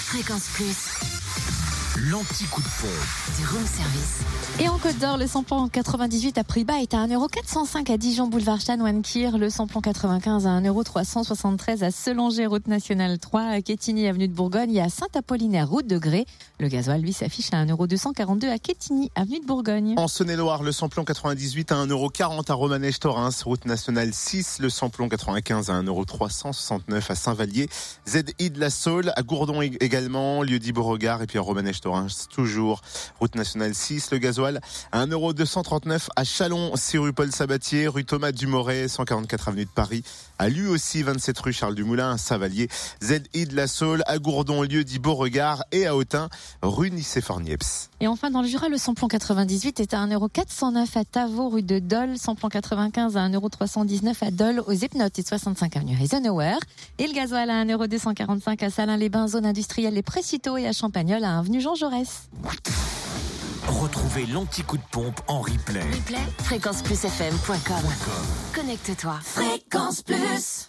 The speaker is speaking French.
Fréquence Plus. L'anti-coup de pompe Du room service. Et en Côte d'Or, le samplon 98 à prix bas est à 1,405 € à Dijon, boulevard Chanoine-Kir. Le samplon 95 à 1,373 € à Selanger, route nationale 3, à Quetigny, avenue de Bourgogne et à Saint-Apollinaire, route de Grès. Le gasoil, lui, s'affiche à 1,242 € à Quetigny, avenue de Bourgogne. En Saône-et-Loire, le samplon 98 à 1,40 € à Romanèche-Thorens, route nationale 6. Le samplon 95 à 1,369 € à Saint-Vallier. ZI de la Saule, à Gourdon également, lieu-dit Beauregard et puis à Romanèche-Thorens, toujours route nationale 6. Le gasoil à 1,239 € à Chalon, 6 rue Paul Sabatier, rue Thomas Dumoret, 144 avenue de Paris. À lui aussi, 27 rue Charles Dumoulin, à Saint-Vallier. ZI de la Saule, à Gourdon, lieu-dit Beauregard et à Autun, rue Nicéphore-Niepce. Et enfin, dans le Jura, le samplon 98 est à 1,409 € à Tavaux, rue de Dole. Samplon 95 à 1,319 € à Dole, aux Epnotes et 65 avenue Eisenhower. Et le gasoil à 1,245 € à Salins-les-Bains, zone industrielle Les Précitaux, et à Champagnole, à avenue Jean Jaurès. Retrouvez l'anti-coup de pompe en replay. Fréquenceplusfm.com. Connecte-toi. Fréquence Plus.